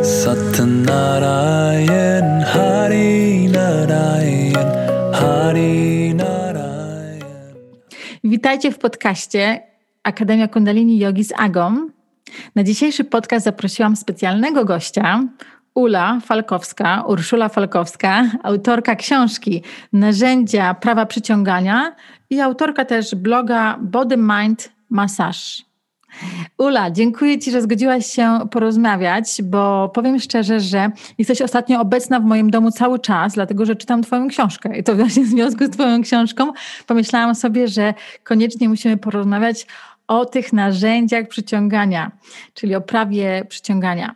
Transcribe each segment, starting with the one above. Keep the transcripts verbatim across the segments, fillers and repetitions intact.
Satnarayan Hari Narayan Hari Narayan. Witajcie w podcaście Akademia Kundalini Jogi z Agą. Na dzisiejszy podcast zaprosiłam specjalnego gościa, Ula Falkowska, Urszula Falkowska, autorka książki Narzędzia prawa przyciągania i autorka też bloga Body Mind Massage. Ula, dziękuję Ci, że zgodziłaś się porozmawiać, bo powiem szczerze, że jesteś ostatnio obecna w moim domu cały czas, dlatego że czytam Twoją książkę. I to właśnie w związku z Twoją książką pomyślałam sobie, że koniecznie musimy porozmawiać o tych narzędziach przyciągania, czyli o prawie przyciągania.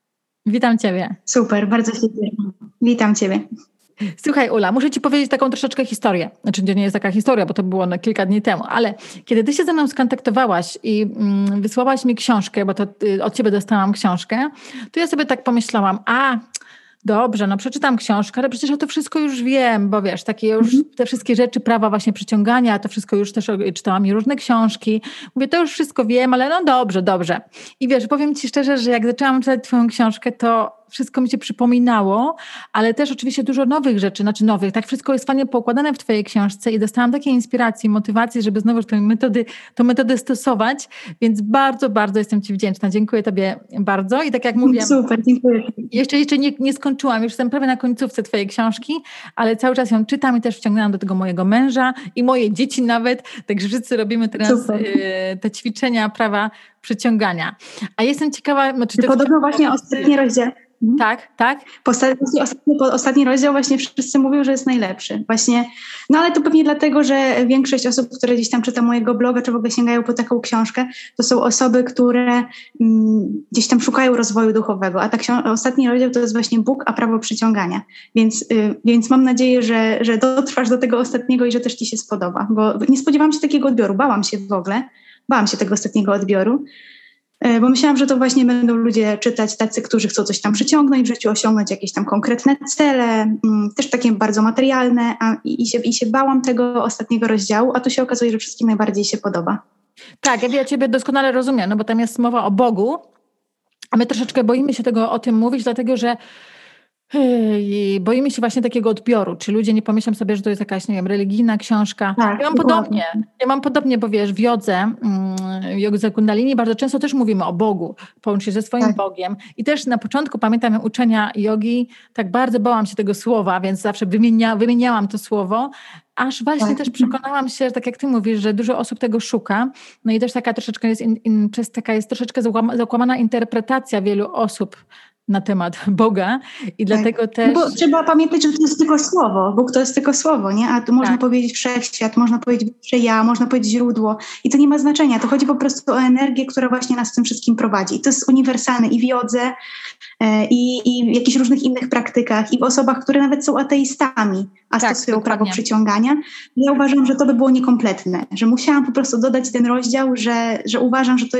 Witam Ciebie. Super, bardzo się cieszę. Witam Ciebie. Słuchaj, Ula, muszę Ci powiedzieć taką troszeczkę historię. Znaczy, to nie jest taka historia, bo to było na kilka dni temu, ale kiedy Ty się ze mną skontaktowałaś i mm, wysłałaś mi książkę, bo to y, od Ciebie dostałam książkę, to ja sobie tak pomyślałam, a dobrze, no przeczytam książkę, ale przecież ja to wszystko już wiem, bo wiesz, takie już mm-hmm. te wszystkie rzeczy, prawa właśnie przyciągania, to wszystko już też czytałam i różne książki. Mówię, to już wszystko wiem, ale no dobrze, dobrze. I wiesz, powiem Ci szczerze, że jak zaczęłam czytać Twoją książkę, to wszystko mi się przypominało, ale też oczywiście dużo nowych rzeczy, znaczy nowych. Tak wszystko jest fajnie poukładane w Twojej książce i dostałam takiej inspiracji, motywacji, żeby znowu tę metodę, tę metodę stosować, więc bardzo, bardzo jestem Ci wdzięczna. Dziękuję Tobie bardzo i tak jak mówię... Super, dziękuję. Jeszcze, jeszcze nie, nie skończyłam, już jestem prawie na końcówce Twojej książki, ale cały czas ją czytam i też wciągnęłam do tego mojego męża i moje dzieci nawet, także wszyscy robimy teraz y, te ćwiczenia prawa przyciągania. A jestem ciekawa... No, czy to podobno właśnie ostatni rozdział. Tak, tak. Po ostatni, ostatni, po ostatni rozdział właśnie wszyscy mówią, że jest najlepszy. Właśnie, no ale to pewnie dlatego, że większość osób, które gdzieś tam czyta mojego bloga, czy w ogóle sięgają po taką książkę, to są osoby, które mm, gdzieś tam szukają rozwoju duchowego. A ta książ- ostatni rozdział to jest właśnie Bóg, a prawo przyciągania. Więc, y, więc mam nadzieję, że, że dotrwasz do tego ostatniego i że też Ci się spodoba. Bo nie spodziewałam się takiego odbioru. Bałam się w ogóle. Bałam się tego ostatniego odbioru. Bo myślałam, że to właśnie będą ludzie czytać tacy, którzy chcą coś tam przyciągnąć w życiu, osiągnąć jakieś tam konkretne cele, też takie bardzo materialne, a i się, i się bałam tego ostatniego rozdziału, a tu się okazuje, że wszystkim najbardziej się podoba. Tak, ja Ciebie doskonale rozumiem, no bo tam jest mowa o Bogu, a my troszeczkę boimy się tego o tym mówić, dlatego że Yy, boimy się właśnie takiego odbioru. Czy ludzie nie pomyślą sobie, że to jest jakaś, nie wiem, religijna książka. Tak, ja mam podobnie. Ja mam podobnie, bo wiesz, w jodze, w jodze kundalini bardzo często też mówimy o Bogu. Połącz się ze swoim tak. Bogiem. I też na początku, pamiętam uczenia jogi, tak bardzo bałam się tego słowa, więc zawsze wymienia, wymieniałam to słowo. Aż właśnie tak. też przekonałam się, tak jak Ty mówisz, że dużo osób tego szuka. No i też taka troszeczkę jest, in, in, przez taka jest troszeczkę zakłamana interpretacja wielu osób na temat Boga i dlatego tak. też... No bo trzeba pamiętać, że to jest tylko słowo. Bóg to jest tylko słowo, nie? A tu można tak. powiedzieć wszechświat, można powiedzieć wyższe ja, można powiedzieć źródło i to nie ma znaczenia. To chodzi po prostu o energię, która właśnie nas w tym wszystkim prowadzi. I to jest uniwersalne i w jodze, i, i w jakichś różnych innych praktykach i w osobach, które nawet są ateistami, a tak, stosują dokładnie. Prawo przyciągania. Ja uważam, że to by było niekompletne, że musiałam po prostu dodać ten rozdział, że, że uważam, że to...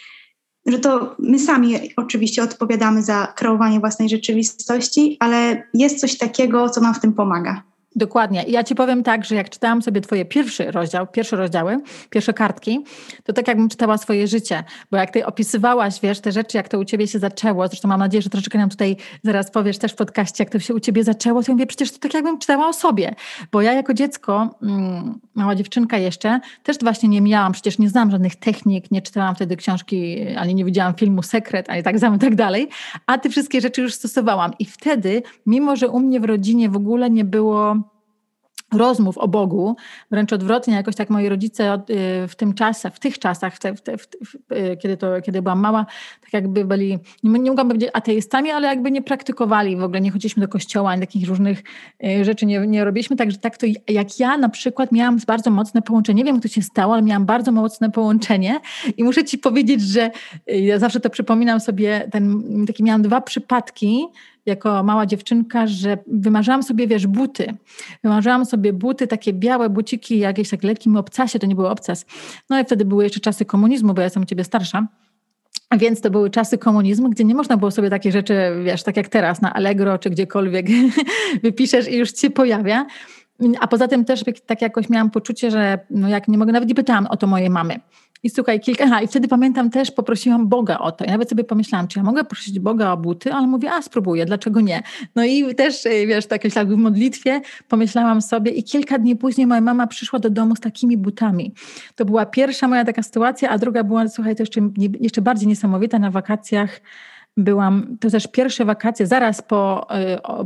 że to my sami oczywiście odpowiadamy za kreowanie własnej rzeczywistości, ale jest coś takiego, co nam w tym pomaga. Dokładnie. I ja Ci powiem tak, że jak czytałam sobie Twoje pierwszy rozdział, pierwsze rozdziały, pierwsze kartki, to tak jakbym czytała swoje życie, bo jak Ty opisywałaś, wiesz, te rzeczy, jak to u Ciebie się zaczęło, zresztą mam nadzieję, że troszeczkę nam tutaj zaraz powiesz też w podcaście, jak to się u Ciebie zaczęło, to ja mówię, przecież to tak jakbym czytała o sobie, bo ja jako dziecko, mm, mała dziewczynka jeszcze, też właśnie nie miałam, przecież nie znam żadnych technik, nie czytałam wtedy książki, ani nie widziałam filmu Sekret, ani tak samo, tak dalej, a te wszystkie rzeczy już stosowałam i wtedy, mimo że u mnie w rodzinie w ogóle nie było rozmów o Bogu, wręcz odwrotnie, jakoś tak moi rodzice w tym czasie, w tych czasach, w te, w te, w, kiedy, to, kiedy byłam mała, tak jakby byli, nie, nie mogłam powiedzieć ateistami, ale jakby nie praktykowali w ogóle, nie chodziliśmy do kościoła, ani takich różnych rzeczy nie, nie robiliśmy, także tak to jak ja na przykład miałam bardzo mocne połączenie, nie wiem jak to się stało, ale miałam bardzo mocne połączenie i muszę Ci powiedzieć, że ja zawsze to przypominam sobie, ten, takie miałam dwa przypadki, jako mała dziewczynka, że wymarzyłam sobie, wiesz, buty. Wymarzyłam sobie buty, takie białe buciki, jakieś tak lekkim obcasie, to nie był obcas. No i wtedy były jeszcze czasy komunizmu, bo ja jestem u Ciebie starsza. Więc to były czasy komunizmu, gdzie nie można było sobie takie rzeczy, wiesz, tak jak teraz na Allegro czy gdziekolwiek wypiszesz i już Ci się pojawia. A poza tym też tak jakoś miałam poczucie, że no jak nie mogę, nawet nie pytałam o to mojej mamy. I słuchaj, kilka, aha, i wtedy pamiętam też poprosiłam Boga o to. I nawet sobie pomyślałam, czy ja mogę prosić Boga o buty, ale mówię, a spróbuję, dlaczego nie? No i też, wiesz, tak jak w modlitwie pomyślałam sobie i kilka dni później moja mama przyszła do domu z takimi butami. To była pierwsza moja taka sytuacja, a druga była, słuchaj, to jeszcze, jeszcze bardziej niesamowita. Na wakacjach byłam, to też pierwsze wakacje, zaraz po o,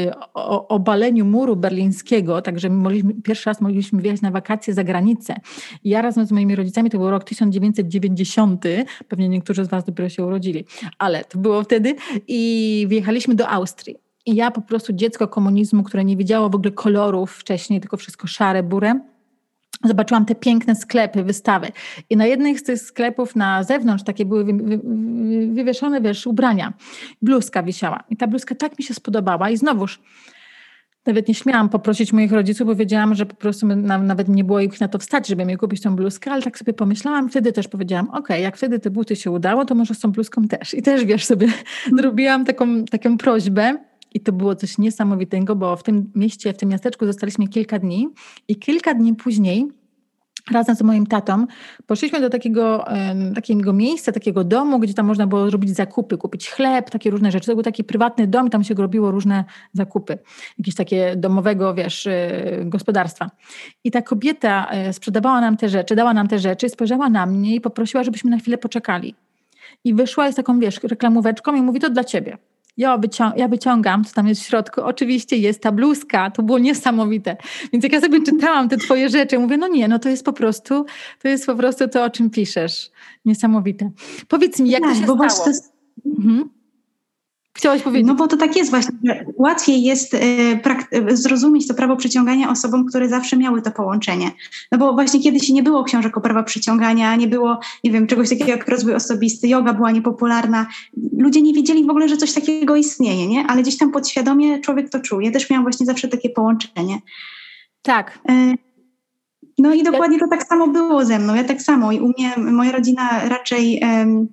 o obaleniu muru berlińskiego, także mogliśmy, pierwszy raz mogliśmy wyjechać na wakacje za granicę. I ja razem z moimi rodzicami, to był rok tysiąc dziewięćset dziewięćdziesiąty, pewnie niektórzy z was dopiero się urodzili, ale to było wtedy i wyjechaliśmy do Austrii. I ja po prostu dziecko komunizmu, które nie wiedziało w ogóle kolorów wcześniej, tylko wszystko szare, burę, zobaczyłam te piękne sklepy, wystawy. I na jednych z tych sklepów na zewnątrz takie były wy, wy, wywieszone, wiesz, ubrania. Bluzka wisiała. I ta bluzka tak mi się spodobała. I znowuż nawet nie śmiałam poprosić moich rodziców, bo wiedziałam, że po prostu nam, nawet nie było ich na to wstać, żeby mi kupić tą bluzkę, ale tak sobie pomyślałam. Wtedy też powiedziałam, okej, okay, jak wtedy te buty się udało, to może z tą bluzką też. I też, wiesz, sobie zrobiłam taką, taką prośbę. I to było coś niesamowitego, bo w tym mieście, w tym miasteczku zostaliśmy kilka dni i kilka dni później razem z moim tatą poszliśmy do takiego, takiego miejsca, takiego domu, gdzie tam można było robić zakupy, kupić chleb, takie różne rzeczy. To był taki prywatny dom i tam się robiło różne zakupy, jakieś takie domowego, wiesz, gospodarstwa. I ta kobieta sprzedawała nam te rzeczy, dała nam te rzeczy, spojrzała na mnie i poprosiła, żebyśmy na chwilę poczekali. I wyszła z taką, wiesz, reklamóweczką i mówi, to dla ciebie. Ja, wycią- ja wyciągam, co tam jest w środku. Oczywiście jest ta bluzka. To było niesamowite. Więc jak ja sobie czytałam te twoje rzeczy, mówię, no nie, no to jest po prostu, to jest po prostu to, o czym piszesz. Niesamowite. Powiedz mi, jak tak, to się bo stało? To jest... mhm. Chciałaś powiedzieć? No bo to tak jest właśnie, że łatwiej jest y, prak- zrozumieć to prawo przyciągania osobom, które zawsze miały to połączenie. No bo właśnie kiedyś nie było książek o prawa przyciągania, nie było, nie wiem, czegoś takiego jak rozwój osobisty, joga była niepopularna. Ludzie nie wiedzieli w ogóle, że coś takiego istnieje, nie? Ale gdzieś tam podświadomie człowiek to czuł. Ja też miałam właśnie zawsze takie połączenie. Tak. Y- no i dokładnie to tak samo było ze mną. Ja tak samo i u mnie moja rodzina raczej... Y-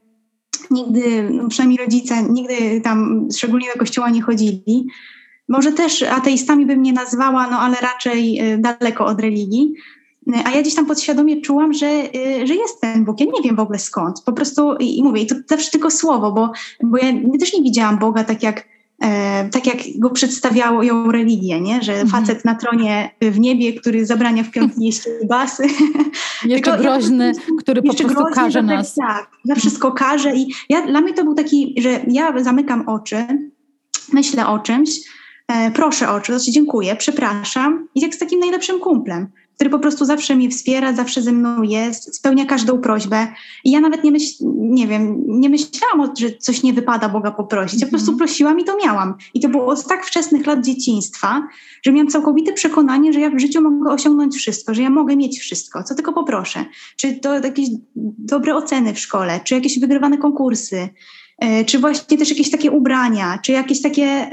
Nigdy, no przynajmniej rodzice, nigdy tam szczególnie do kościoła nie chodzili. Może też ateistami bym nie nazwała, no ale raczej daleko od religii. A ja gdzieś tam podświadomie czułam, że, że jest ten Bóg. Ja nie wiem w ogóle skąd. Po prostu i mówię, i to zawsze tylko słowo, bo, bo ja też nie widziałam Boga tak jak, e, tak jak go przedstawiało ją religię, nie? Że facet na tronie w niebie, który zabrania w piątki jeść basy. Jeszcze Tylko groźny, ja, który po prostu groźny, każe tak, nas. Tak, za wszystko każe. I ja, dla mnie to był taki, że ja zamykam oczy, myślę o czymś, e, proszę o czymś, znaczy dziękuję, przepraszam i jak z takim najlepszym kumplem, który po prostu zawsze mnie wspiera, zawsze ze mną jest, spełnia każdą prośbę. I ja nawet nie, myśl, nie wiem, nie myślałam, że coś nie wypada Boga poprosić. Ja po prostu prosiłam i to miałam. I to było od tak wczesnych lat dzieciństwa, że miałam całkowite przekonanie, że ja w życiu mogę osiągnąć wszystko, że ja mogę mieć wszystko, co tylko poproszę. Czy to jakieś dobre oceny w szkole, czy jakieś wygrywane konkursy, czy właśnie też jakieś takie ubrania, czy jakieś takie,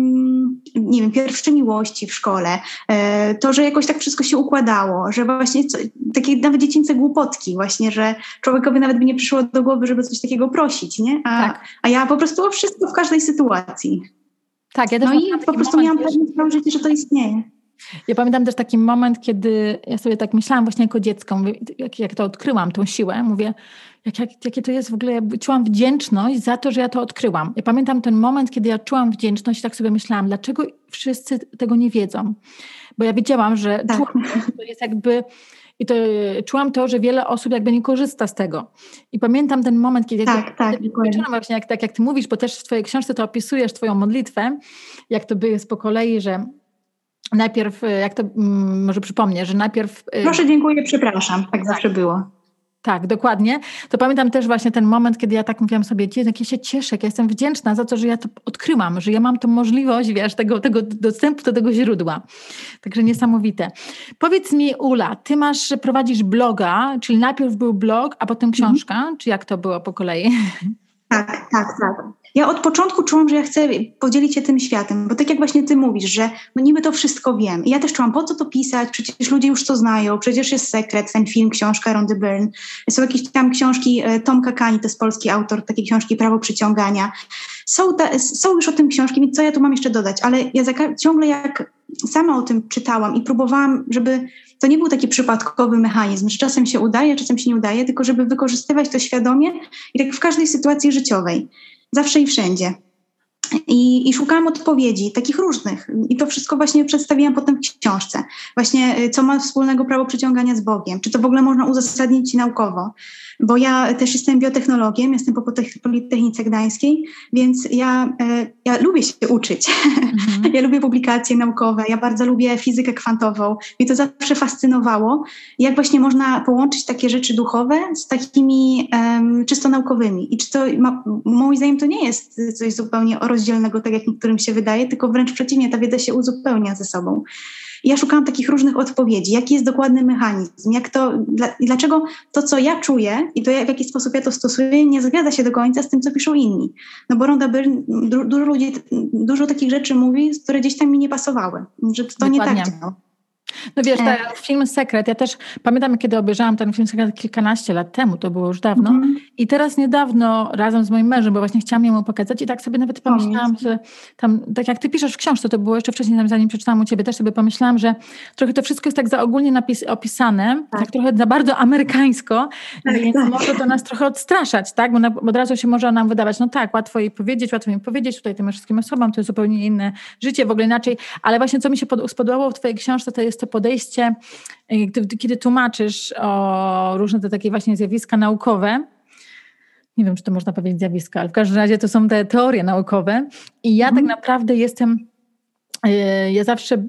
um, nie wiem, pierwsze miłości w szkole, e, to, że jakoś tak wszystko się układało, że właśnie co, takie nawet dziecięce głupotki właśnie, że człowiekowi nawet by nie przyszło do głowy, żeby coś takiego prosić, nie? A, tak. a ja po prostu o wszystko w każdej sytuacji. Tak, ja też no i po prostu moment, miałam pewność w życiu, że to istnieje. Ja pamiętam też taki moment, kiedy ja sobie tak myślałam właśnie jako dziecko, mówię, jak, jak to odkryłam, tą siłę, mówię, jak, jak, jakie to jest w ogóle, ja czułam wdzięczność za to, że ja to odkryłam. Ja pamiętam ten moment, kiedy ja czułam wdzięczność i tak sobie myślałam, dlaczego wszyscy tego nie wiedzą? Bo ja wiedziałam, że tak. czułam, że to jest jakby... I to czułam to, że wiele osób jakby nie korzysta z tego. I pamiętam ten moment, kiedy tak, jak, tak, wieczorem właśnie, jak, tak jak ty mówisz, bo też w twojej książce to opisujesz, twoją modlitwę, jak to jest po kolei, że najpierw, jak to mm, może przypomnę, że najpierw... Proszę, dziękuję, przepraszam. Tak, tak zawsze było. Tak, dokładnie. To pamiętam też właśnie ten moment, kiedy ja tak mówiłam sobie, jak ja się cieszę, jak ja jestem wdzięczna za to, że ja to odkryłam, że ja mam tą możliwość, wiesz, tego, tego dostępu do tego źródła. Także niesamowite. Powiedz mi, Ula, ty masz, prowadzisz bloga, czyli najpierw był blog, a potem książka, mhm. czy jak to było po kolei? Tak. tak, tak. Ja od początku czułam, że ja chcę podzielić się tym światem, bo tak jak właśnie ty mówisz, że no niby to wszystko wiem. I ja też czułam, po co to pisać, przecież ludzie już to znają, przecież jest Sekret, ten film, książka Rhondy Byrne. Są jakieś tam książki, Tom Kakani, to jest polski autor takiej książki Prawo przyciągania. Są, ta, są już o tym książki, więc co ja tu mam jeszcze dodać? Ale ja za, ciągle jak sama o tym czytałam i próbowałam, żeby to nie był taki przypadkowy mechanizm, że czasem się udaje, czasem się nie udaje, tylko żeby wykorzystywać to świadomie i tak w każdej sytuacji życiowej. Zawsze i wszędzie. I, I szukałam odpowiedzi, takich różnych. I to wszystko właśnie przedstawiłam potem w książce. Właśnie co ma wspólnego prawo przyciągania z Bogiem? Czy to w ogóle można uzasadnić naukowo? Bo ja też jestem biotechnologiem, jestem po Politechnice Gdańskiej, więc ja, ja lubię się uczyć. Mhm. Ja lubię publikacje naukowe, ja bardzo lubię fizykę kwantową. Mnie to zawsze fascynowało, jak właśnie można połączyć takie rzeczy duchowe z takimi um, czysto naukowymi. I czy to, ma, moim zdaniem to nie jest coś zupełnie rozdzielnego, tak jak niektórym się wydaje, tylko wręcz przeciwnie, ta wiedza się uzupełnia ze sobą. I ja szukałam takich różnych odpowiedzi, jaki jest dokładny mechanizm, jak to, dla, dlaczego to, co ja czuję i to, w jaki sposób ja to stosuję, nie zgadza się do końca z tym, co piszą inni. No bo Rhonda Byrne, du, dużo ludzi, dużo takich rzeczy mówi, które gdzieś tam mi nie pasowały, że to Dokładnie. nie tak działa. No wiesz, ten film Sekret, ja też pamiętam, kiedy obejrzałam ten film Sekret kilkanaście lat temu, to było już dawno mm-hmm. i teraz niedawno razem z moim mężem, bo właśnie chciałam mu pokazać i tak sobie nawet pomyślałam, oh, że tam, tak jak ty piszesz w książce, to było jeszcze wcześniej, zanim przeczytałam u ciebie, też sobie pomyślałam, że trochę to wszystko jest tak za ogólnie napis, opisane, tak. tak trochę za bardzo amerykańsko, tak, więc tak. może to nas trochę odstraszać, tak, bo, na, bo od razu się może nam wydawać, no tak, łatwo jej powiedzieć, łatwo mi powiedzieć, tutaj tym wszystkim osobom, to jest zupełnie inne życie, w ogóle inaczej, ale właśnie co mi się pod, spodobało w twojej książce, to jest to podejście, kiedy tłumaczysz o różne te takie właśnie zjawiska naukowe, nie wiem, czy to można powiedzieć zjawiska, ale w każdym razie to są te teorie naukowe i ja mm. tak naprawdę jestem, ja zawsze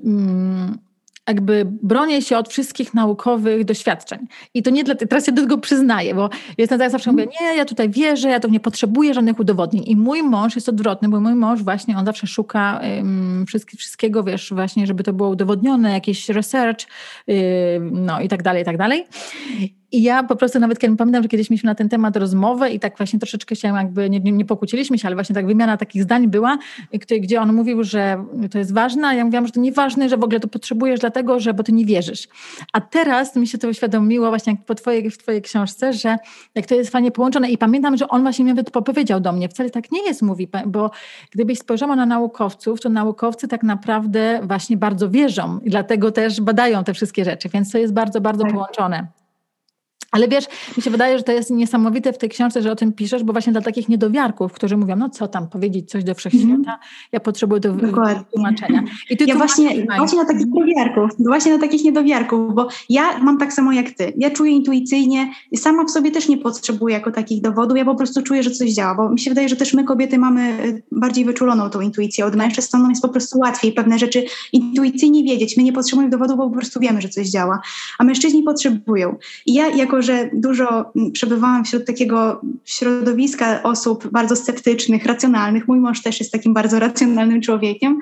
jakby bronię się od wszystkich naukowych doświadczeń. I to nie dla, teraz się do tego przyznaję, bo jestem tak zawsze mówię, nie, ja tutaj wierzę, ja to nie potrzebuję żadnych udowodnień. I mój mąż jest odwrotny, bo mój mąż właśnie, on zawsze szuka um, wszystkiego, wiesz, właśnie, żeby to było udowodnione, jakiś research, yy, no i tak dalej, i tak dalej. I ja po prostu nawet kiedy pamiętam, że kiedyś mieliśmy na ten temat rozmowę i tak właśnie troszeczkę się jakby, nie, nie pokłóciliśmy się, ale właśnie tak wymiana takich zdań była, gdzie on mówił, że to jest ważne, a ja mówiłam, że to nieważne, że w ogóle to potrzebujesz dlatego, że bo ty nie wierzysz. A teraz mi się to uświadomiło właśnie po twojej, w twojej książce, że jak to jest fajnie połączone i pamiętam, że on właśnie mi nawet powiedział do mnie, wcale tak nie jest, mówi, bo gdybyś spojrzała na naukowców, to naukowcy tak naprawdę właśnie bardzo wierzą i dlatego też badają te wszystkie rzeczy, więc to jest bardzo, bardzo tak. połączone. Ale wiesz, mi się wydaje, że to jest niesamowite w tej książce, że o tym piszesz, bo właśnie dla takich niedowiarków, którzy mówią, no co tam, powiedzieć coś do wszechświata, mm. ja potrzebuję do tłumaczenia. I ty ja właśnie, właśnie na takich niedowiarków, właśnie na takich niedowiarków, bo ja mam tak samo jak ty. Ja czuję intuicyjnie, sama w sobie też nie potrzebuję jako takich dowodów, ja po prostu czuję, że coś działa, bo mi się wydaje, że też my kobiety mamy bardziej wyczuloną tą intuicję od mężczyzn, to nam jest po prostu łatwiej pewne rzeczy intuicyjnie wiedzieć. My nie potrzebujemy dowodów, bo po prostu wiemy, że coś działa, a mężczyźni potrzebują. I ja jako że dużo przebywałam wśród takiego środowiska osób bardzo sceptycznych, racjonalnych. Mój mąż też jest takim bardzo racjonalnym człowiekiem.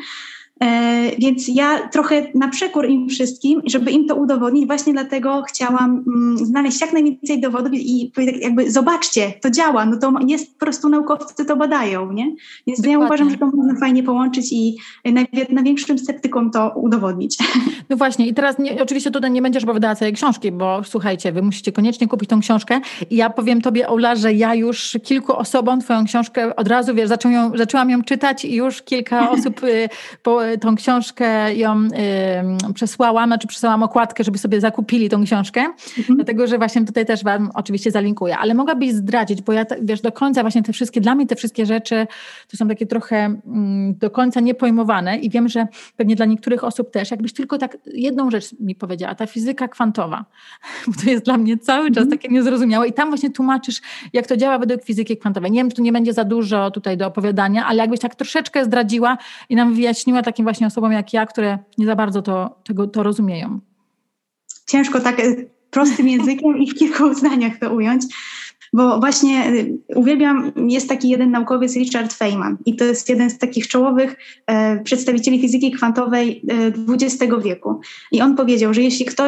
E, więc ja trochę na przekór im wszystkim, żeby im to udowodnić, właśnie dlatego chciałam mm, znaleźć jak najwięcej dowodów i, i jakby zobaczcie, to działa, no to jest po prostu naukowcy to badają, nie? Więc Dokładnie. Ja uważam, że to można fajnie połączyć i nawet największym sceptykom to udowodnić. No właśnie i teraz nie, oczywiście tutaj nie będziesz opowiadała całej książki, bo słuchajcie, wy musicie koniecznie kupić tą książkę i ja powiem tobie, Ola, że ja już kilku osobom twoją książkę od razu, wiesz, zaczą ją, zaczęłam ją czytać i już kilka osób y, po tą książkę ją y, przesłałam, znaczy przesłałam okładkę, żeby sobie zakupili tą książkę, mhm. dlatego, że właśnie tutaj też wam oczywiście zalinkuję, ale mogłabyś zdradzić, bo ja, wiesz, do końca właśnie te wszystkie, dla mnie te wszystkie rzeczy to są takie trochę mm, do końca niepojmowane i wiem, że pewnie dla niektórych osób też, jakbyś tylko tak jedną rzecz mi powiedziała, ta fizyka kwantowa, bo to jest dla mnie cały czas takie niezrozumiałe i tam właśnie tłumaczysz, jak to działa według fizyki kwantowej. Nie wiem, czy tu nie będzie za dużo tutaj do opowiadania, ale jakbyś tak troszeczkę zdradziła i nam wyjaśniła takim właśnie osobom jak ja, które nie za bardzo to, tego, to rozumieją. Ciężko tak prostym językiem i w kilku zdaniach to ująć, bo właśnie uwielbiam, jest taki jeden naukowiec Richard Feynman i to jest jeden z takich czołowych e, przedstawicieli fizyki kwantowej e, dwudziestego wieku. I on powiedział, że jeśli ktoś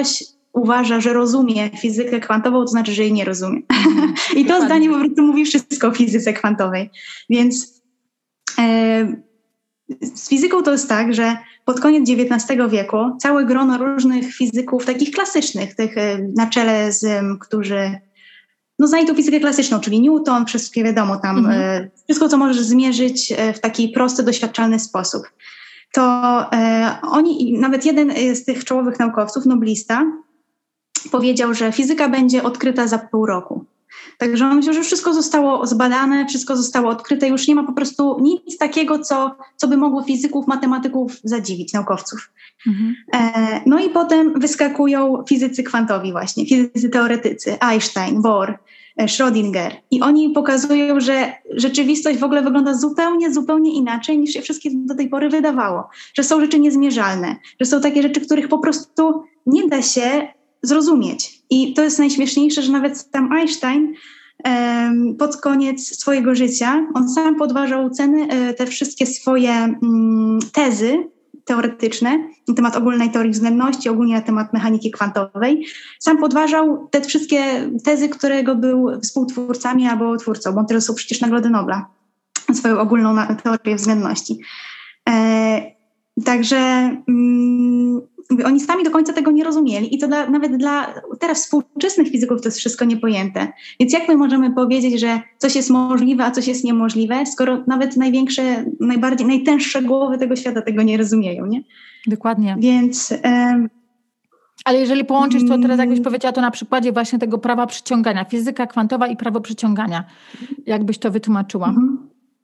uważa, że rozumie fizykę kwantową, to znaczy, że jej nie rozumie. Mhm. I to Dokładnie. zdanie po prostu mówi wszystko o fizyce kwantowej. Więc e, z fizyką to jest tak, że pod koniec dziewiętnastego wieku całe grono różnych fizyków, takich klasycznych, tych e, na czele z, m, którzy no, znają tą fizykę klasyczną, czyli Newton, wszystkie wiadomo tam, Mhm. e, wszystko, co możesz zmierzyć e, w taki prosty, doświadczalny sposób. To e, oni, nawet jeden z tych czołowych naukowców, noblista, powiedział, że fizyka będzie odkryta za pół roku. Także on myślał, że już wszystko zostało zbadane, wszystko zostało odkryte, już nie ma po prostu nic takiego, co, co by mogło fizyków, matematyków zadziwić, naukowców. Mhm. E, no i potem wyskakują fizycy kwantowi właśnie, fizycy teoretycy, Einstein, Bohr, e, Schrödinger. I oni pokazują, że rzeczywistość w ogóle wygląda zupełnie, zupełnie inaczej niż się wszystkim do tej pory wydawało. Że są rzeczy niezmierzalne, że są takie rzeczy, których po prostu nie da się zrozumieć. I to jest najśmieszniejsze, że nawet sam Einstein em, pod koniec swojego życia, on sam podważał ceny, e, te wszystkie swoje mm, tezy teoretyczne na temat ogólnej teorii względności, ogólnie na temat mechaniki kwantowej. Sam podważał te wszystkie tezy, którego był współtwórcami albo twórcą, bo on teraz są przecież Nagrody Nobla, swoją ogólną na- teorię względności. E, także mm, oni sami do końca tego nie rozumieli i to dla, nawet dla teraz współczesnych fizyków to jest wszystko niepojęte. Więc jak my możemy powiedzieć, że coś jest możliwe, a coś jest niemożliwe, skoro nawet największe, najbardziej, najtęższe głowy tego świata tego nie rozumieją, nie? Dokładnie. Więc... em, Ale jeżeli połączysz to teraz, jakbyś powiedziała to na przykładzie właśnie tego prawa przyciągania, fizyka kwantowa i prawo przyciągania, jakbyś to wytłumaczyła? Mhm.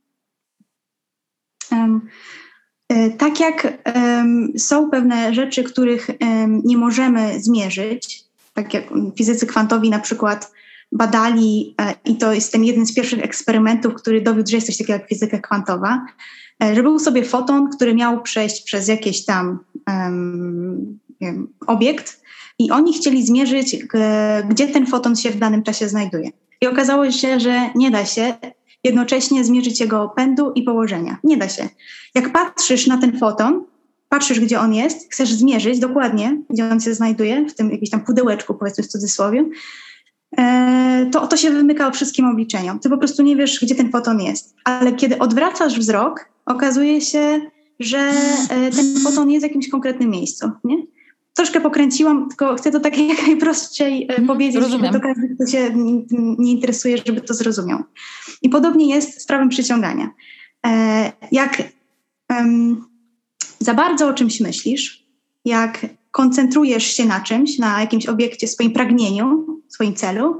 Um, e, tak jak um, są pewne rzeczy, których um, nie możemy zmierzyć, tak jak fizycy kwantowi na przykład badali, e, i to jest ten jeden z pierwszych eksperymentów, który dowiódł, że jest coś takiego jak fizyka kwantowa, e, że był sobie foton, który miał przejść przez jakiś tam um, nie wiem, obiekt i oni chcieli zmierzyć, g, gdzie ten foton się w danym czasie znajduje. I okazało się, że nie da się jednocześnie zmierzyć jego pędu i położenia. Nie da się. Jak patrzysz na ten foton, patrzysz, gdzie on jest, chcesz zmierzyć dokładnie, gdzie on się znajduje, w tym jakimś tam pudełeczku, powiedzmy w cudzysłowie, e, to, to się wymyka wszystkim obliczeniom. Ty po prostu nie wiesz, gdzie ten foton jest. Ale kiedy odwracasz wzrok, okazuje się, że e, ten foton jest w jakimś konkretnym miejscu. Nie? Troszkę pokręciłam, tylko chcę to tak jak najprościej e, powiedzieć, rozumiem. żeby to każdy, kto się n- nie interesuje, żeby to zrozumiał. I podobnie jest z prawem przyciągania. E, jak em, za bardzo o czymś myślisz, jak koncentrujesz się na czymś, na jakimś obiekcie, swoim pragnieniu, swoim celu,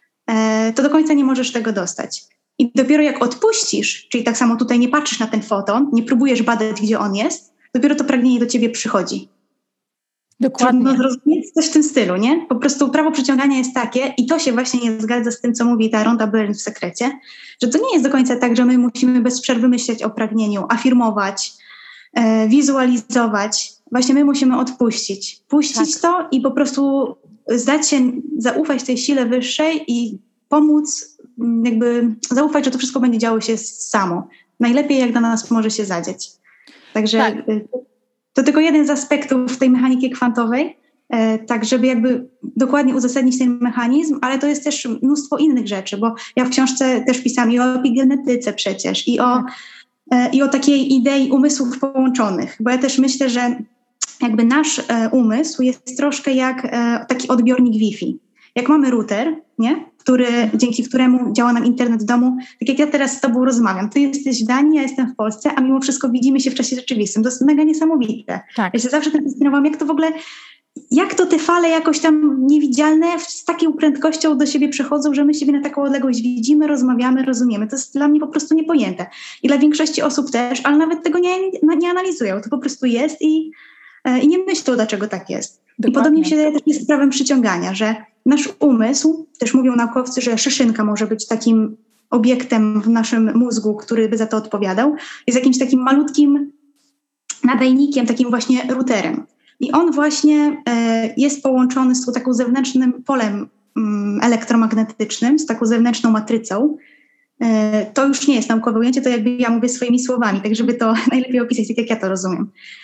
e, to do końca nie możesz tego dostać. I dopiero jak odpuścisz, czyli tak samo tutaj nie patrzysz na ten foton, nie próbujesz badać, gdzie on jest, dopiero to pragnienie do ciebie przychodzi. Dokładnie. Trudno zrozumieć, coś w tym stylu, nie? Po prostu prawo przyciągania jest takie i to się właśnie nie zgadza z tym, co mówi ta Rhonda Byrne w Sekrecie, że to nie jest do końca tak, że my musimy bez przerwy myśleć o pragnieniu, afirmować, e, wizualizować. Właśnie my musimy odpuścić. Puścić Tak. to i po prostu zdać się, zaufać tej sile wyższej i pomóc, m, jakby zaufać, że to wszystko będzie działo się samo. Najlepiej, jak dla nas może się zadzieć. Także Tak. y, to tylko jeden z aspektów tej mechaniki kwantowej, e, tak żeby jakby dokładnie uzasadnić ten mechanizm, ale to jest też mnóstwo innych rzeczy, bo ja w książce też pisałam i o epigenetyce przecież, i o, e, i o takiej idei umysłów połączonych, bo ja też myślę, że jakby nasz e, umysł jest troszkę jak e, taki odbiornik Wi-Fi. Jak mamy router, nie? Który, dzięki któremu działa nam internet w domu, tak jak ja teraz z tobą rozmawiam, ty jesteś w Danii, ja jestem w Polsce, a mimo wszystko widzimy się w czasie rzeczywistym. To jest mega niesamowite. Tak. Ja się zawsze tym zastanawiałam, jak to w ogóle, jak to te fale jakoś tam niewidzialne z taką prędkością do siebie przechodzą, że my siebie na taką odległość widzimy, rozmawiamy, rozumiemy. To jest dla mnie po prostu niepojęte. I dla większości osób też, ale nawet tego nie, nie analizują. To po prostu jest i, i nie myślą, dlaczego tak jest. Dokładnie. I podobnie się daje też jest z prawem przyciągania, że nasz umysł, też mówią naukowcy, że szyszynka może być takim obiektem w naszym mózgu, który by za to odpowiadał, jest jakimś takim malutkim nadajnikiem, takim właśnie routerem. I on właśnie e, jest połączony z tą taką zewnętrznym polem mm, elektromagnetycznym, z taką zewnętrzną matrycą. E, to już nie jest naukowe ujęcie, to jakby ja mówię swoimi słowami, tak żeby to najlepiej opisać, tak jak ja to rozumiem.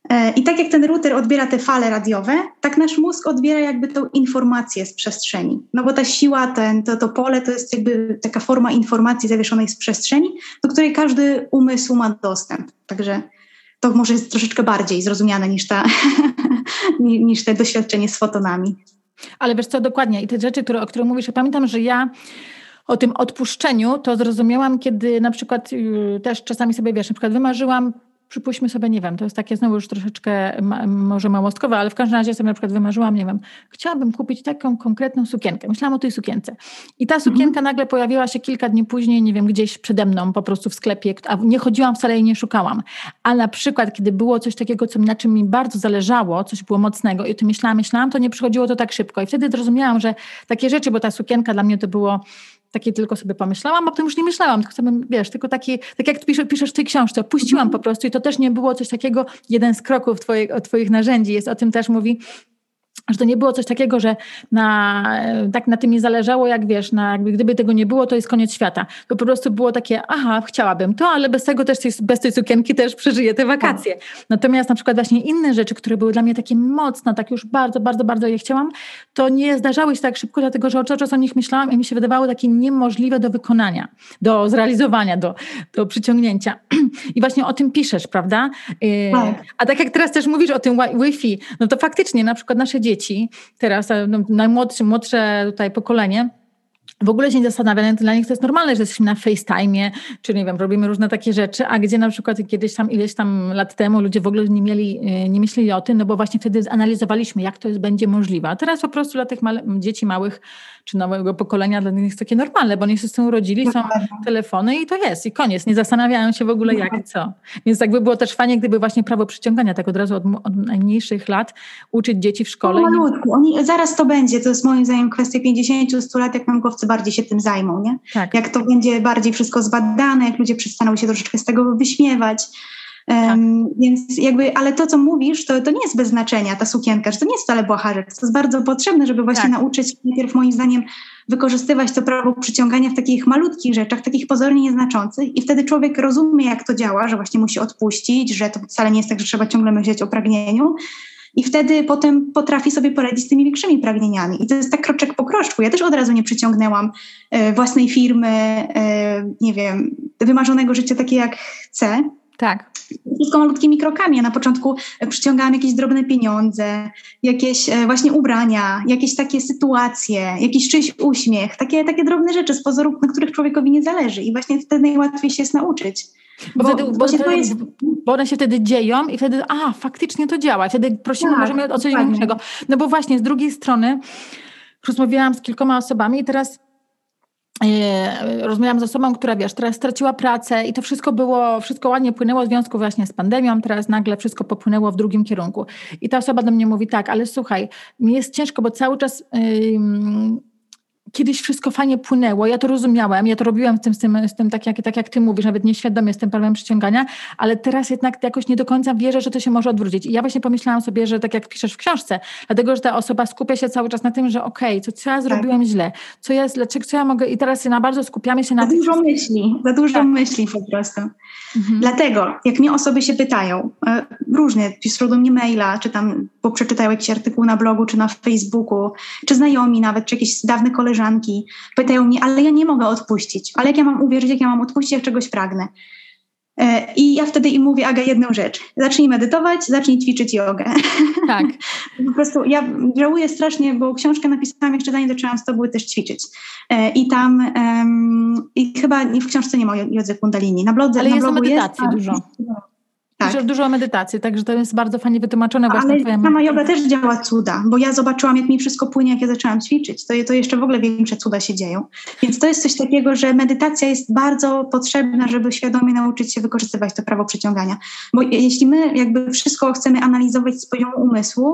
I tak jak ten router odbiera te fale radiowe, tak nasz mózg odbiera jakby tą informację z przestrzeni. No bo ta siła, ten, to, to pole to jest jakby taka forma informacji zawieszonej z przestrzeni, do której każdy umysł ma dostęp. Także to może jest troszeczkę bardziej zrozumiane niż, ta, niż te doświadczenie z fotonami. Ale wiesz co, dokładnie. I te rzeczy, które, o których mówisz, ja pamiętam, że ja o tym odpuszczeniu to zrozumiałam, kiedy na przykład yy, też czasami sobie, wiesz, na przykład wymarzyłam, przypuśćmy sobie, nie wiem, to jest takie znowu już troszeczkę ma, może małostkowe, ale w każdym razie sobie na przykład wymarzyłam, nie wiem, chciałabym kupić taką konkretną sukienkę. Myślałam o tej sukience. I ta sukienka mhm. nagle pojawiła się kilka dni później, nie wiem, gdzieś przede mną po prostu w sklepie, a nie chodziłam wcale i nie szukałam. A na przykład, kiedy było coś takiego, co, na czym mi bardzo zależało, coś było mocnego i o tym myślałam, myślałam, to nie przychodziło to tak szybko. I wtedy zrozumiałam, że takie rzeczy, bo ta sukienka dla mnie to było takie tylko sobie pomyślałam, a potem już nie myślałam, tylko sobie, wiesz, tylko taki, tak jak piszesz, piszesz w tej książce, puściłam po prostu i to też nie było coś takiego, jeden z kroków twoich, twoich narzędzi jest o tym też mówi, że to nie było coś takiego, że na, tak na tym mi zależało, jak wiesz, na, jakby gdyby tego nie było, to jest koniec świata. To po prostu było takie, aha, chciałabym to, ale bez tego też, bez tej sukienki też przeżyję te wakacje. Natomiast na przykład właśnie inne rzeczy, które były dla mnie takie mocno, tak już bardzo, bardzo, bardzo je chciałam, to nie zdarzały się tak szybko, dlatego że cały czas o nich myślałam i mi się wydawało takie niemożliwe do wykonania, do zrealizowania, do, do przyciągnięcia. I właśnie o tym piszesz, prawda? Tak. A tak jak teraz też mówisz o tym Wi-Fi, no to faktycznie na przykład nasze dzieci, teraz no, najmłodsze młodsze tutaj pokolenie, w ogóle się nie zastanawiają, dla nich to jest normalne, że jesteśmy na FaceTime'ie, czy nie wiem, robimy różne takie rzeczy, a gdzie na przykład kiedyś tam, ileś tam lat temu ludzie w ogóle nie mieli, nie myśleli o tym, no bo właśnie wtedy zanalizowaliśmy, jak to jest, będzie możliwe. A teraz po prostu dla tych male- dzieci małych, czy nowego pokolenia, dla nich jest takie normalne, bo oni się z tym urodzili, są telefony i to jest, i koniec. Nie zastanawiają się w ogóle jak i co. Więc tak by było też fajnie, gdyby właśnie prawo przyciągania, tak od razu od, od najmniejszych lat uczyć dzieci w szkole. No, malutku. Oni, zaraz to będzie, to jest moim zdaniem kwestia pięćdziesiąt stu lat, jak naukowcy bardziej się tym zajmą, nie? Tak. Jak to będzie bardziej wszystko zbadane, jak ludzie przestaną się troszeczkę z tego wyśmiewać. Tak. Um, więc jakby, ale to, co mówisz, to, to nie jest bez znaczenia, ta sukienka, że to nie jest wcale błaha rzecz. To jest bardzo potrzebne, żeby właśnie tak. nauczyć najpierw, moim zdaniem, wykorzystywać to prawo przyciągania w takich malutkich rzeczach, takich pozornie nieznaczących i wtedy człowiek rozumie, jak to działa, że właśnie musi odpuścić, że to wcale nie jest tak, że trzeba ciągle myśleć o pragnieniu. I wtedy potem potrafi sobie poradzić z tymi większymi pragnieniami. I to jest tak kroczek po kroczku. Ja też od razu nie przyciągnęłam e, własnej firmy, e, nie wiem, wymarzonego życia takie jak chcę. Tak. Wszystko malutkimi krokami. Ja na początku przyciągałam jakieś drobne pieniądze, jakieś e, właśnie ubrania, jakieś takie sytuacje, jakiś czyjś uśmiech, takie, takie drobne rzeczy z pozoru, na których człowiekowi nie zależy. I właśnie wtedy najłatwiej się jest nauczyć. Bo, bo, wtedy, bo, to jest... bo one się wtedy dzieją i wtedy, a, faktycznie to działa. Wtedy prosimy, tak, możemy o coś większego. No bo właśnie z drugiej strony rozmawiałam z kilkoma osobami i teraz e, rozmawiałam z osobą, która, wiesz, teraz straciła pracę i to wszystko było, wszystko ładnie płynęło w związku właśnie z pandemią, teraz nagle wszystko popłynęło w drugim kierunku. I ta osoba do mnie mówi tak, ale słuchaj, mi jest ciężko, bo cały czas... Yy, kiedyś wszystko fajnie płynęło, ja to rozumiałem, ja to robiłam z tym, z tym, z tym tak, jak, tak jak ty mówisz, nawet nieświadomie z tym prawem przyciągania, ale teraz jednak jakoś nie do końca wierzę, że to się może odwrócić. I ja właśnie pomyślałam sobie, że tak jak piszesz w książce, dlatego, że ta osoba skupia się cały czas na tym, że okej, okay, co, co ja zrobiłam tak. źle, co ja, dlaczego, co ja mogę i teraz na bardzo skupiamy się na... Za dużo myśli, za dużo tak. myśli po prostu. Mhm. Dlatego, jak mnie osoby się pytają, różnie, piszą do mnie maila, czy tam, bo przeczytają jakiś artykuł na blogu, czy na Facebooku, czy znajomi nawet, czy jakieś dawne koleżanki, pytają mnie, ale ja nie mogę odpuścić. Ale jak ja mam uwierzyć, jak ja mam odpuścić, jak czegoś pragnę? I ja wtedy im mówię, Aga, jedną rzecz. Zacznij medytować, zacznij ćwiczyć jogę. Tak. Po prostu ja żałuję strasznie, bo książkę napisałam, jeszcze zanim zaczęłam z tobą też ćwiczyć. I tam, um, i chyba w książce nie ma o jodze kundalini. Na blodze, ale na jest blogu o medytacji jest, dużo. Tak. Dużo, dużo medytacji, także to jest bardzo fajnie wytłumaczone właśnie. Ale twoja sama joga też działa cuda, bo ja zobaczyłam, jak mi wszystko płynie, jak ja zaczęłam ćwiczyć. To, to jeszcze w ogóle większe cuda się dzieją. Więc to jest coś takiego, że medytacja jest bardzo potrzebna, żeby świadomie nauczyć się wykorzystywać to prawo przyciągania. Bo jeśli my jakby wszystko chcemy analizować z poziomu umysłu,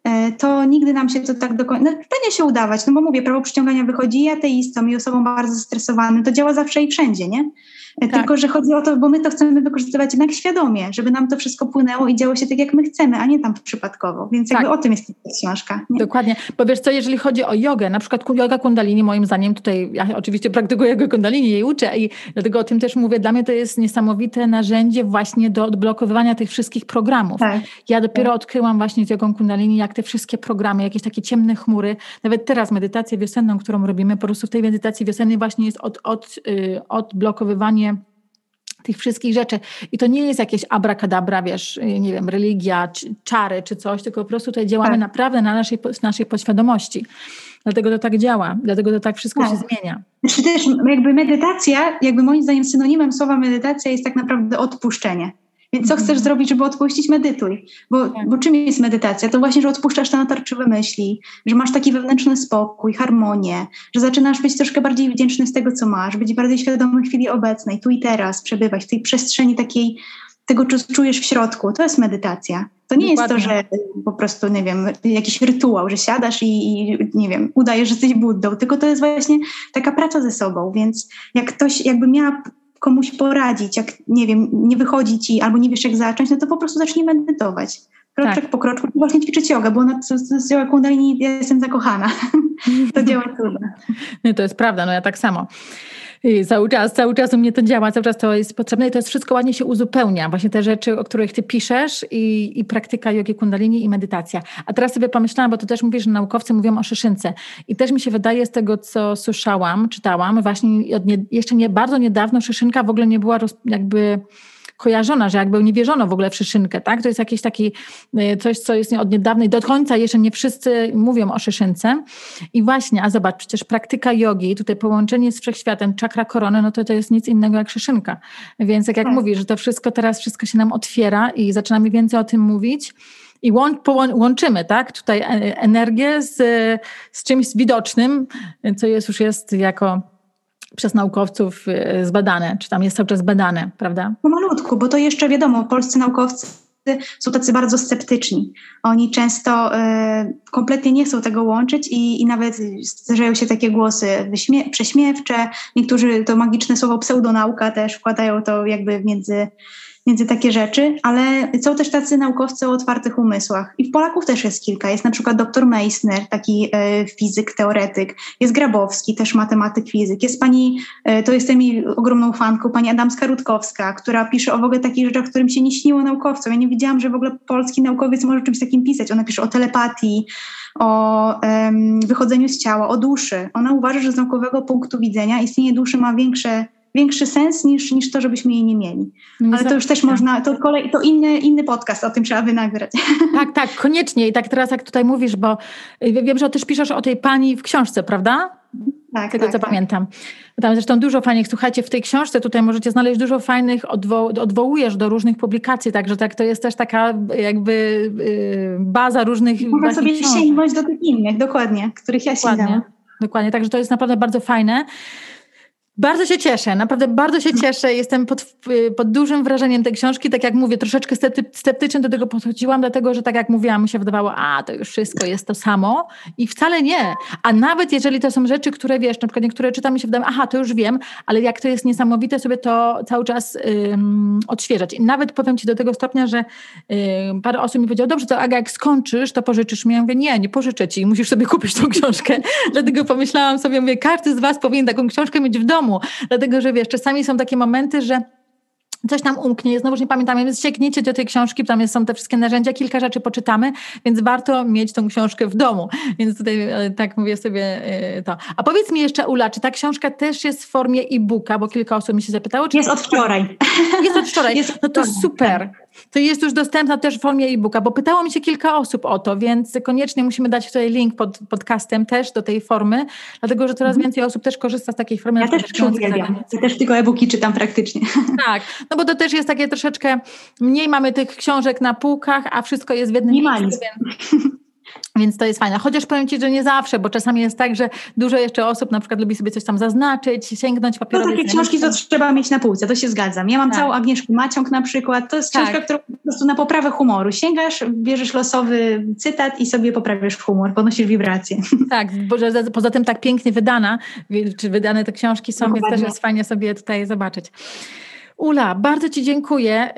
to nigdy nam się to tak do końca... No, będzie się udawać, no bo mówię, prawo przyciągania wychodzi i ateistom, i osobom bardzo zestresowanym. To działa zawsze i wszędzie, nie? Tak. Tylko, że chodzi o to, bo my to chcemy wykorzystywać jednak świadomie, żeby nam to wszystko płynęło i działo się tak, jak my chcemy, a nie tam przypadkowo. Więc jakby tak. O tym jest ta książka. Nie? Dokładnie. Bo wiesz co, jeżeli chodzi o jogę, na przykład yoga kundalini, moim zdaniem, tutaj ja oczywiście praktykuję jogę kundalini, jej uczę i dlatego o tym też mówię, dla mnie to jest niesamowite narzędzie właśnie do odblokowywania tych wszystkich programów. Tak. Ja dopiero tak. odkryłam właśnie z jogą kundalini, jak te wszystkie programy, jakieś takie ciemne chmury, nawet teraz medytację wiosenną, którą robimy, po prostu w tej medytacji wiosennej właśnie jest od, od, yy, odblokowywanie tych wszystkich rzeczy. I to nie jest jakieś abracadabra, wiesz, nie wiem, religia, czy, czary czy coś, tylko po prostu tutaj działamy tak. naprawdę na naszej, naszej podświadomości. Dlatego to tak działa, dlatego to tak wszystko tak. się zmienia. Znaczy też jakby medytacja, jakby moim zdaniem synonimem słowa medytacja jest tak naprawdę odpuszczenie. Więc co chcesz zrobić, żeby odpuścić? Medytuj. Bo, tak. bo czym jest medytacja? To właśnie, że odpuszczasz te natarczywe myśli, że masz taki wewnętrzny spokój, harmonię, że zaczynasz być troszkę bardziej wdzięczny z tego, co masz, być bardziej świadomy chwili obecnej, tu i teraz, przebywać w tej przestrzeni takiej, tego, co czujesz w środku. To jest medytacja. To nie Dokładnie. Jest to, że po prostu, nie wiem, jakiś rytuał, że siadasz i, i, nie wiem, udajesz, że jesteś Buddą, tylko to jest właśnie taka praca ze sobą. Więc jak ktoś jakby miała komuś poradzić, jak nie wiem, nie wychodzi ci albo nie wiesz jak zacząć, no to po prostu zacznij medytować. Kroczek tak. po kroczku i właśnie ćwiczyć jogę, bo na z joga kundalini ja jestem zakochana. To działa trudno. No to jest prawda, no ja tak samo. I cały czas, cały czas u mnie to działa, cały czas to jest potrzebne i to jest wszystko ładnie się uzupełnia. Właśnie te rzeczy, o których ty piszesz i, i praktyka jogi kundalini i medytacja. A teraz sobie pomyślałam, bo tu też mówisz, że naukowcy mówią o szyszynce. I też mi się wydaje z tego, co słyszałam, czytałam, właśnie od nie, jeszcze nie bardzo niedawno szyszynka w ogóle nie była roz, jakby kojarzona, że jakby nie wierzono w ogóle w szyszynkę, tak? To jest jakieś taki coś, co jest od niedawna i do końca jeszcze nie wszyscy mówią o szyszynce. I właśnie, a zobacz, przecież praktyka jogi, tutaj połączenie z wszechświatem, czakra korony, no to to jest nic innego jak szyszynka. Więc tak jak tak. mówisz, że to wszystko teraz, wszystko się nam otwiera i zaczynamy więcej o tym mówić. I łącz, połą- łączymy, tak? Tutaj energię z, z czymś widocznym, co jest, już jest jako przez naukowców zbadane, czy tam jest cały czas badane, prawda? Pomalutku, bo to jeszcze wiadomo, polscy naukowcy są tacy bardzo sceptyczni. Oni często y, kompletnie nie chcą tego łączyć i, i nawet zdarzają się takie głosy wyśmie- prześmiewcze. Niektórzy to magiczne słowo pseudonauka też wkładają to jakby między między takie rzeczy, ale są też tacy naukowcy o otwartych umysłach. I w Polaków też jest kilka. Jest na przykład dr Meissner, taki e, fizyk, teoretyk. Jest Grabowski, też matematyk, fizyk. Jest pani, e, to jestem jej ogromną fanką, pani Adamska-Rutkowska, która pisze o w ogóle takich rzeczach, którym się nie śniło naukowcom. Ja nie wiedziałam, że w ogóle polski naukowiec może czymś takim pisać. Ona pisze o telepatii, o em, wychodzeniu z ciała, o duszy. Ona uważa, że z naukowego punktu widzenia istnienie duszy ma większe większy sens niż, niż to, żebyśmy jej nie mieli. Ale to już też można, to, kolej, to inny, inny podcast, o tym trzeba wynagrać. Tak, tak, koniecznie. I tak teraz jak tutaj mówisz, bo wiem, że też piszesz o tej pani w książce, prawda? Tak, Tego tak, co tak. pamiętam. Tam zresztą dużo fajnych, słuchajcie, w tej książce tutaj możecie znaleźć dużo fajnych, odwo- odwołujesz do różnych publikacji, także tak, to jest też taka jakby yy, baza różnych Można sobie książek. Sięgnąć do tych innych, dokładnie, których ja dokładnie, sięgam. Dokładnie, także to jest naprawdę bardzo fajne. Bardzo się cieszę, naprawdę bardzo się cieszę. Jestem pod, pod dużym wrażeniem tej książki. Tak jak mówię, troszeczkę sceptycznie do tego podchodziłam, dlatego że tak jak mówiłam, mi się wydawało, a to już wszystko jest to samo i wcale nie. A nawet jeżeli to są rzeczy, które wiesz, na przykład niektóre czytam, mi się wydaje, aha, to już wiem, ale jak to jest niesamowite sobie to cały czas ym, odświeżać. I nawet powiem ci do tego stopnia, że ym, parę osób mi powiedziało, dobrze, to Aga, jak skończysz, to pożyczysz mi. Ja mówię, nie, nie pożyczę ci, musisz sobie kupić tą książkę. Dlatego pomyślałam sobie, mówię, każdy z was powinien taką książkę mieć w domu. Dlatego, że wiesz, czasami są takie momenty, że coś nam umknie, znowu nie pamiętam, więc sięgniecie do tej książki, tam są te wszystkie narzędzia, kilka rzeczy poczytamy, więc warto mieć tą książkę w domu. Więc tutaj tak mówię sobie to. A powiedz mi jeszcze, Ula, czy ta książka też jest w formie e-booka, bo kilka osób mi się zapytało. Czy jest od wczoraj. Jest od wczoraj. Jest no to super. To jest już dostępna też w formie e-booka, bo pytało mi się kilka osób o to, więc koniecznie musimy dać tutaj link pod podcastem też do tej formy, dlatego, że coraz więcej osób też korzysta z takiej formy. Ja też uwielbiam. Ja też tylko e-booki czytam praktycznie. Tak, no bo to też jest takie troszeczkę, mniej mamy tych książek na półkach, a wszystko jest w jednym miejscu. Więc... Więc to jest fajne. Chociaż powiem Ci, że nie zawsze, bo czasami jest tak, że dużo jeszcze osób na przykład lubi sobie coś tam zaznaczyć, sięgnąć No papierowej. takie książki to trzeba mieć na półce, to się zgadzam. Ja mam Tak. całą Agnieszkę Maciąg na przykład. To jest książka, Tak. która po prostu na poprawę humoru. Sięgasz, bierzesz losowy cytat i sobie poprawiasz humor, podnosisz wibracje. Tak, bo że poza tym tak pięknie wydana, czy wydane te książki są, Dokładnie. więc też jest fajnie sobie tutaj zobaczyć. Ula, bardzo Ci dziękuję.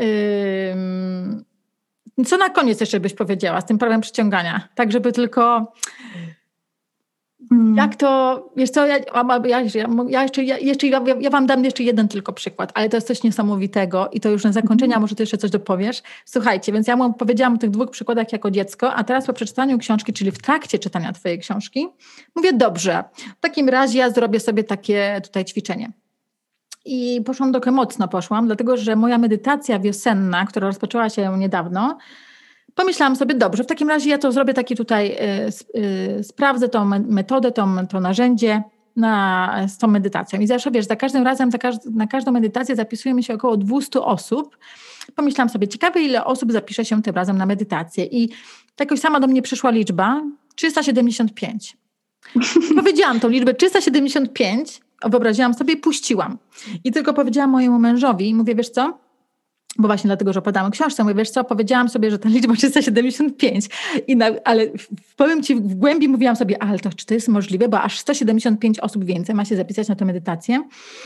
Ym, Co na koniec jeszcze byś powiedziała z tym prawem przyciągania? Tak, żeby tylko... Hmm. Jak to, wiesz co, ja, ja, ja, jeszcze, ja, jeszcze, ja, ja wam dam jeszcze jeden tylko przykład, ale to jest coś niesamowitego i to już na zakończenie, a może ty jeszcze coś dopowiesz. Słuchajcie, więc ja mu powiedziałam o tych dwóch przykładach jako dziecko, a teraz po przeczytaniu książki, czyli w trakcie czytania twojej książki, mówię, dobrze, w takim razie ja zrobię sobie takie tutaj ćwiczenie. I poszłam trochę mocno, poszłam, dlatego że moja medytacja wiosenna, która rozpoczęła się niedawno, pomyślałam sobie, dobrze, w takim razie ja to zrobię taki tutaj, y, y, sprawdzę tą metodę, tą, to narzędzie na, z tą medytacją. I zawsze, wiesz, za każdym razem, za każd- na każdą medytację zapisuje mi się około dwieście osób. Pomyślałam sobie, ciekawe ile osób zapisze się tym razem na medytację. I jakoś sama do mnie przyszła liczba trzysta siedemdziesiąt pięć. Powiedziałam tą liczbę trzysta siedemdziesiąt pięć, wyobraziłam sobie i puściłam. I tylko powiedziałam mojemu mężowi, mówię, wiesz co? Bo właśnie dlatego, że podałam książkę, mówię, wiesz co, powiedziałam sobie, że ta liczba trzysta siedemdziesiąt pięć, I na, ale powiem Ci, w głębi mówiłam sobie, ale to, czy to jest możliwe, bo aż sto siedemdziesiąt pięć osób więcej ma się zapisać na tę medytację.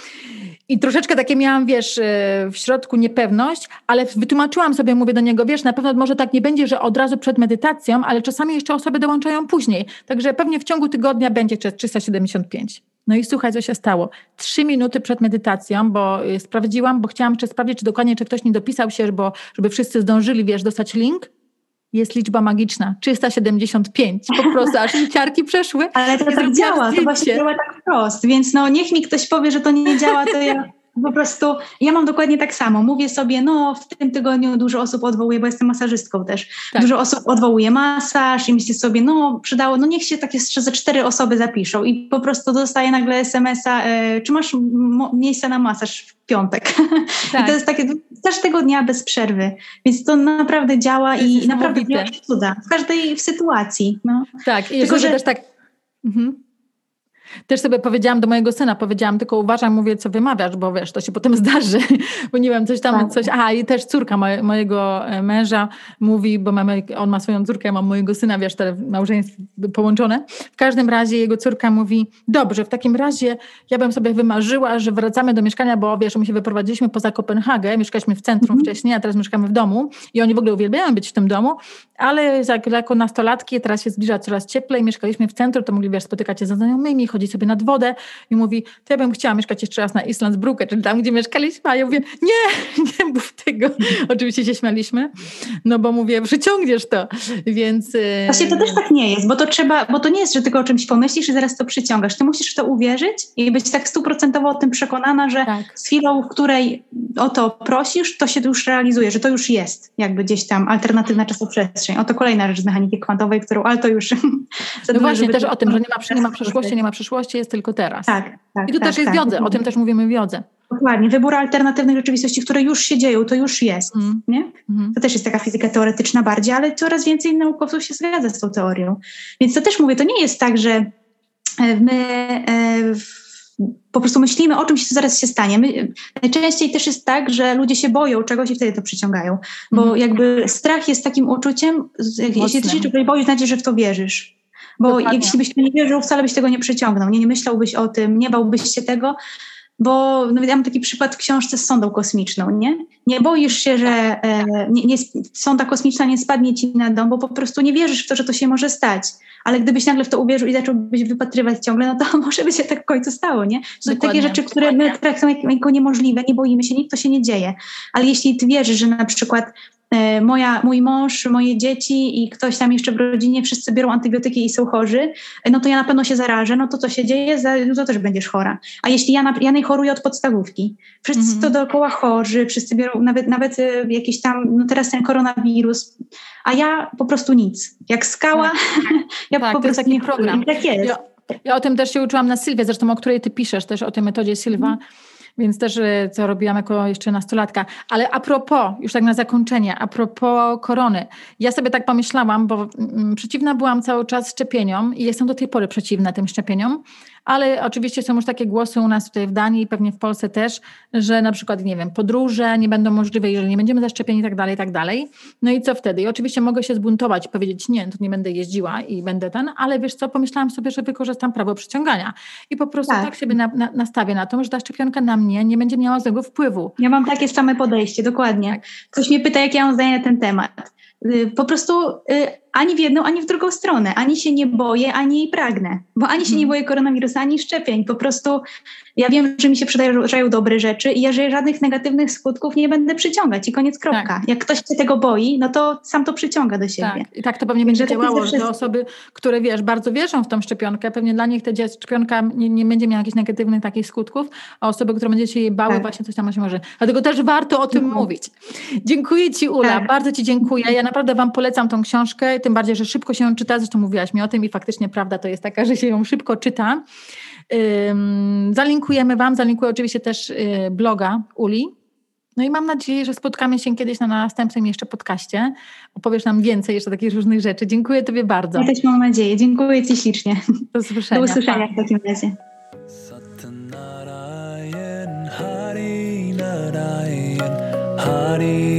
I troszeczkę takie miałam, wiesz, w środku niepewność, ale wytłumaczyłam sobie, mówię do niego, wiesz, na pewno może tak nie będzie, że od razu przed medytacją, ale czasami jeszcze osoby dołączają później. Także pewnie w ciągu tygodnia będzie trzysta siedemdziesiąt pięć. No i słuchaj, co się stało. Trzy minuty przed medytacją, bo sprawdziłam, bo chciałam jeszcze sprawdzić, czy dokładnie, czy ktoś nie dopisał się, bo żeby wszyscy zdążyli, wiesz, dostać link. Jest liczba magiczna, trzysta siedemdziesiąt pięć. Po prostu aż mi ciarki przeszły. Ale to tak działa, to właśnie działa tak wprost. Więc no niech mi ktoś powie, że to nie działa, to ja po prostu, ja mam dokładnie tak samo. Mówię sobie, no w tym tygodniu dużo osób odwołuje, bo jestem masażystką też. Tak. Dużo osób odwołuje masaż i myślę sobie, no przydało, no niech się tak jeszcze ze cztery osoby zapiszą i po prostu dostaję nagle es em es a, e, czy masz mo- miejsce na masaż w piątek? Tak. I to jest takie każdego dnia bez przerwy. Więc to naprawdę działa to i naprawdę działa cuda. W każdej w sytuacji. No. Tak, i tylko, że też tak... Mhm. Też sobie powiedziałam do mojego syna, powiedziałam, tylko uważaj, mówię, co wymawiasz, bo wiesz, to się potem zdarzy, bo nie wiem, coś tam, tak. coś, aha, i też córka moje, mojego męża mówi, bo mamy, on ma swoją córkę, ja mam mojego syna, wiesz, te małżeństwo połączone. W każdym razie jego córka mówi, dobrze, w takim razie ja bym sobie wymarzyła, że wracamy do mieszkania, bo wiesz, my się wyprowadziliśmy poza Kopenhagę, mieszkaliśmy w centrum mm. wcześniej, a teraz mieszkamy w domu i oni w ogóle uwielbiają być w tym domu, ale jako nastolatki, teraz się zbliża coraz cieplej, mieszkaliśmy w centrum, to mogli, wiesz, spotykać się ze znajomymi, chodzić sobie nad wodę i mówi, to ja bym chciała mieszkać jeszcze raz na Islandsbrücke, czyli tam, gdzie mieszkaliśmy, a ja mówię, nie, nie mów tego. Oczywiście się śmialiśmy, no bo mówię, przyciągniesz to, więc... Właśnie to też tak nie jest, bo to trzeba, bo to nie jest, że tylko o czymś pomyślisz i zaraz to przyciągasz. Ty musisz w to uwierzyć i być tak stuprocentowo o tym przekonana, że tak. z chwilą, w której o to prosisz, to się już realizuje, że to już jest jakby gdzieś tam alternatywna czasoprzestrzeń. Oto kolejna rzecz z mechaniki kwantowej, którą, ale to już... No właśnie, też o tym, że nie ma, nie ma przeszłości, nie ma przyszłości, jest tylko teraz. Tak, tak. I tu tak, też jest tak, wiodze, tak. o tym też mówimy w wiodze. Dokładnie, wybór alternatywnych rzeczywistości, które już się dzieją, to już jest, mm. nie? Mm. To też jest taka fizyka teoretyczna bardziej, ale coraz więcej naukowców się zgadza z tą teorią. Więc to też mówię, to nie jest tak, że my po prostu myślimy o czymś, co zaraz się stanie. My, najczęściej też jest tak, że ludzie się boją czegoś i wtedy to przyciągają. Bo mm. jakby strach jest takim uczuciem, jeśli ty się czegoś boisz, znaczy, że w to wierzysz. Bo Dokładnie. Jeśli byś nie wierzył, wcale byś tego nie przyciągnął, nie, nie myślałbyś o tym, nie bałbyś się tego, bo no, ja mam taki przykład w książce z sondą kosmiczną, nie? Nie boisz się, że e, nie, nie, sonda kosmiczna nie spadnie ci na dom, bo po prostu nie wierzysz w to, że to się może stać. Ale gdybyś nagle w to uwierzył i zacząłbyś wypatrywać ciągle, no to może by się tak w końcu stało, nie? To są takie rzeczy, które my traktujemy jako niemożliwe, nie boimy się, nic to się nie dzieje. Ale jeśli ty wierzysz, że na przykład Moja, mój mąż, moje dzieci i ktoś tam jeszcze w rodzinie, wszyscy biorą antybiotyki i są chorzy, no to ja na pewno się zarażę, no to co się dzieje, to też będziesz chora. A jeśli ja, na, ja nie choruję od podstawówki, wszyscy mm-hmm. to dookoła chorzy, wszyscy biorą nawet, nawet jakieś tam, no teraz ten koronawirus, a ja po prostu nic. Jak skała, tak. ja tak, po prostu taki nie program. Tak jest. Ja, ja o tym też się uczyłam na Sylwie, zresztą o której ty piszesz, też o tej metodzie Sylwa. Mm-hmm. Więc też y, co robiłam jako jeszcze nastolatka. Ale a propos, już tak na zakończenie, a propos korony. Ja sobie tak pomyślałam, bo mm, przeciwna byłam cały czas szczepieniom i jestem do tej pory przeciwna tym szczepieniom, ale oczywiście są już takie głosy u nas tutaj w Danii i pewnie w Polsce też, że na przykład, nie wiem, podróże nie będą możliwe, jeżeli nie będziemy zaszczepieni i tak dalej, i tak dalej. No i co wtedy? I oczywiście mogę się zbuntować i powiedzieć, nie, to nie będę jeździła i będę ten, ale wiesz co, pomyślałam sobie, że wykorzystam prawo przyciągania i po prostu tak, Tak. tak sobie na, na, nastawię na to, że ta szczepionka na mnie nie będzie miała złego wpływu. Ja mam takie same podejście, dokładnie. Ktoś mnie pyta, jakie ja mam zdanie na ten temat. Y, Po prostu y, ani w jedną, ani w drugą stronę. Ani się nie boję, ani jej pragnę. Bo ani się nie boję koronawirusa, ani szczepień. Po prostu ja wiem, że mi się przydarzają dobre rzeczy i ja że żadnych negatywnych skutków nie będę przyciągać i koniec, kropka. Tak. Jak ktoś się tego boi, no to sam to przyciąga do siebie. Tak, i tak to pewnie Także będzie tak jest działało, ze że te wszystkim. osoby, które wiesz, bardzo wierzą w tą szczepionkę, pewnie dla nich ta dzia- szczepionka nie, nie będzie miała jakichś negatywnych takich skutków, a osoby, które będą się jej bały, Tak. właśnie coś tam się może. Dlatego też warto o tym Mhm. mówić. Dziękuję Ci, Ula, Tak. bardzo Ci dziękuję. Ja naprawdę Wam polecam tą książkę, tym bardziej, że szybko się ją czyta, zresztą mówiłaś mi o tym i faktycznie prawda to jest taka, że się ją szybko czyta. Ym, zalinkujemy Wam, zalinkuję oczywiście też y, bloga Uli. No i mam nadzieję, że spotkamy się kiedyś na następnym jeszcze podcaście. Opowiesz nam więcej jeszcze takich różnych rzeczy. Dziękuję Tobie bardzo. Ja też mam nadzieję. Dziękuję Ci ślicznie. Do usłyszenia. Do usłyszenia Pa. w takim razie. Satnarayan Hari Narayan Hari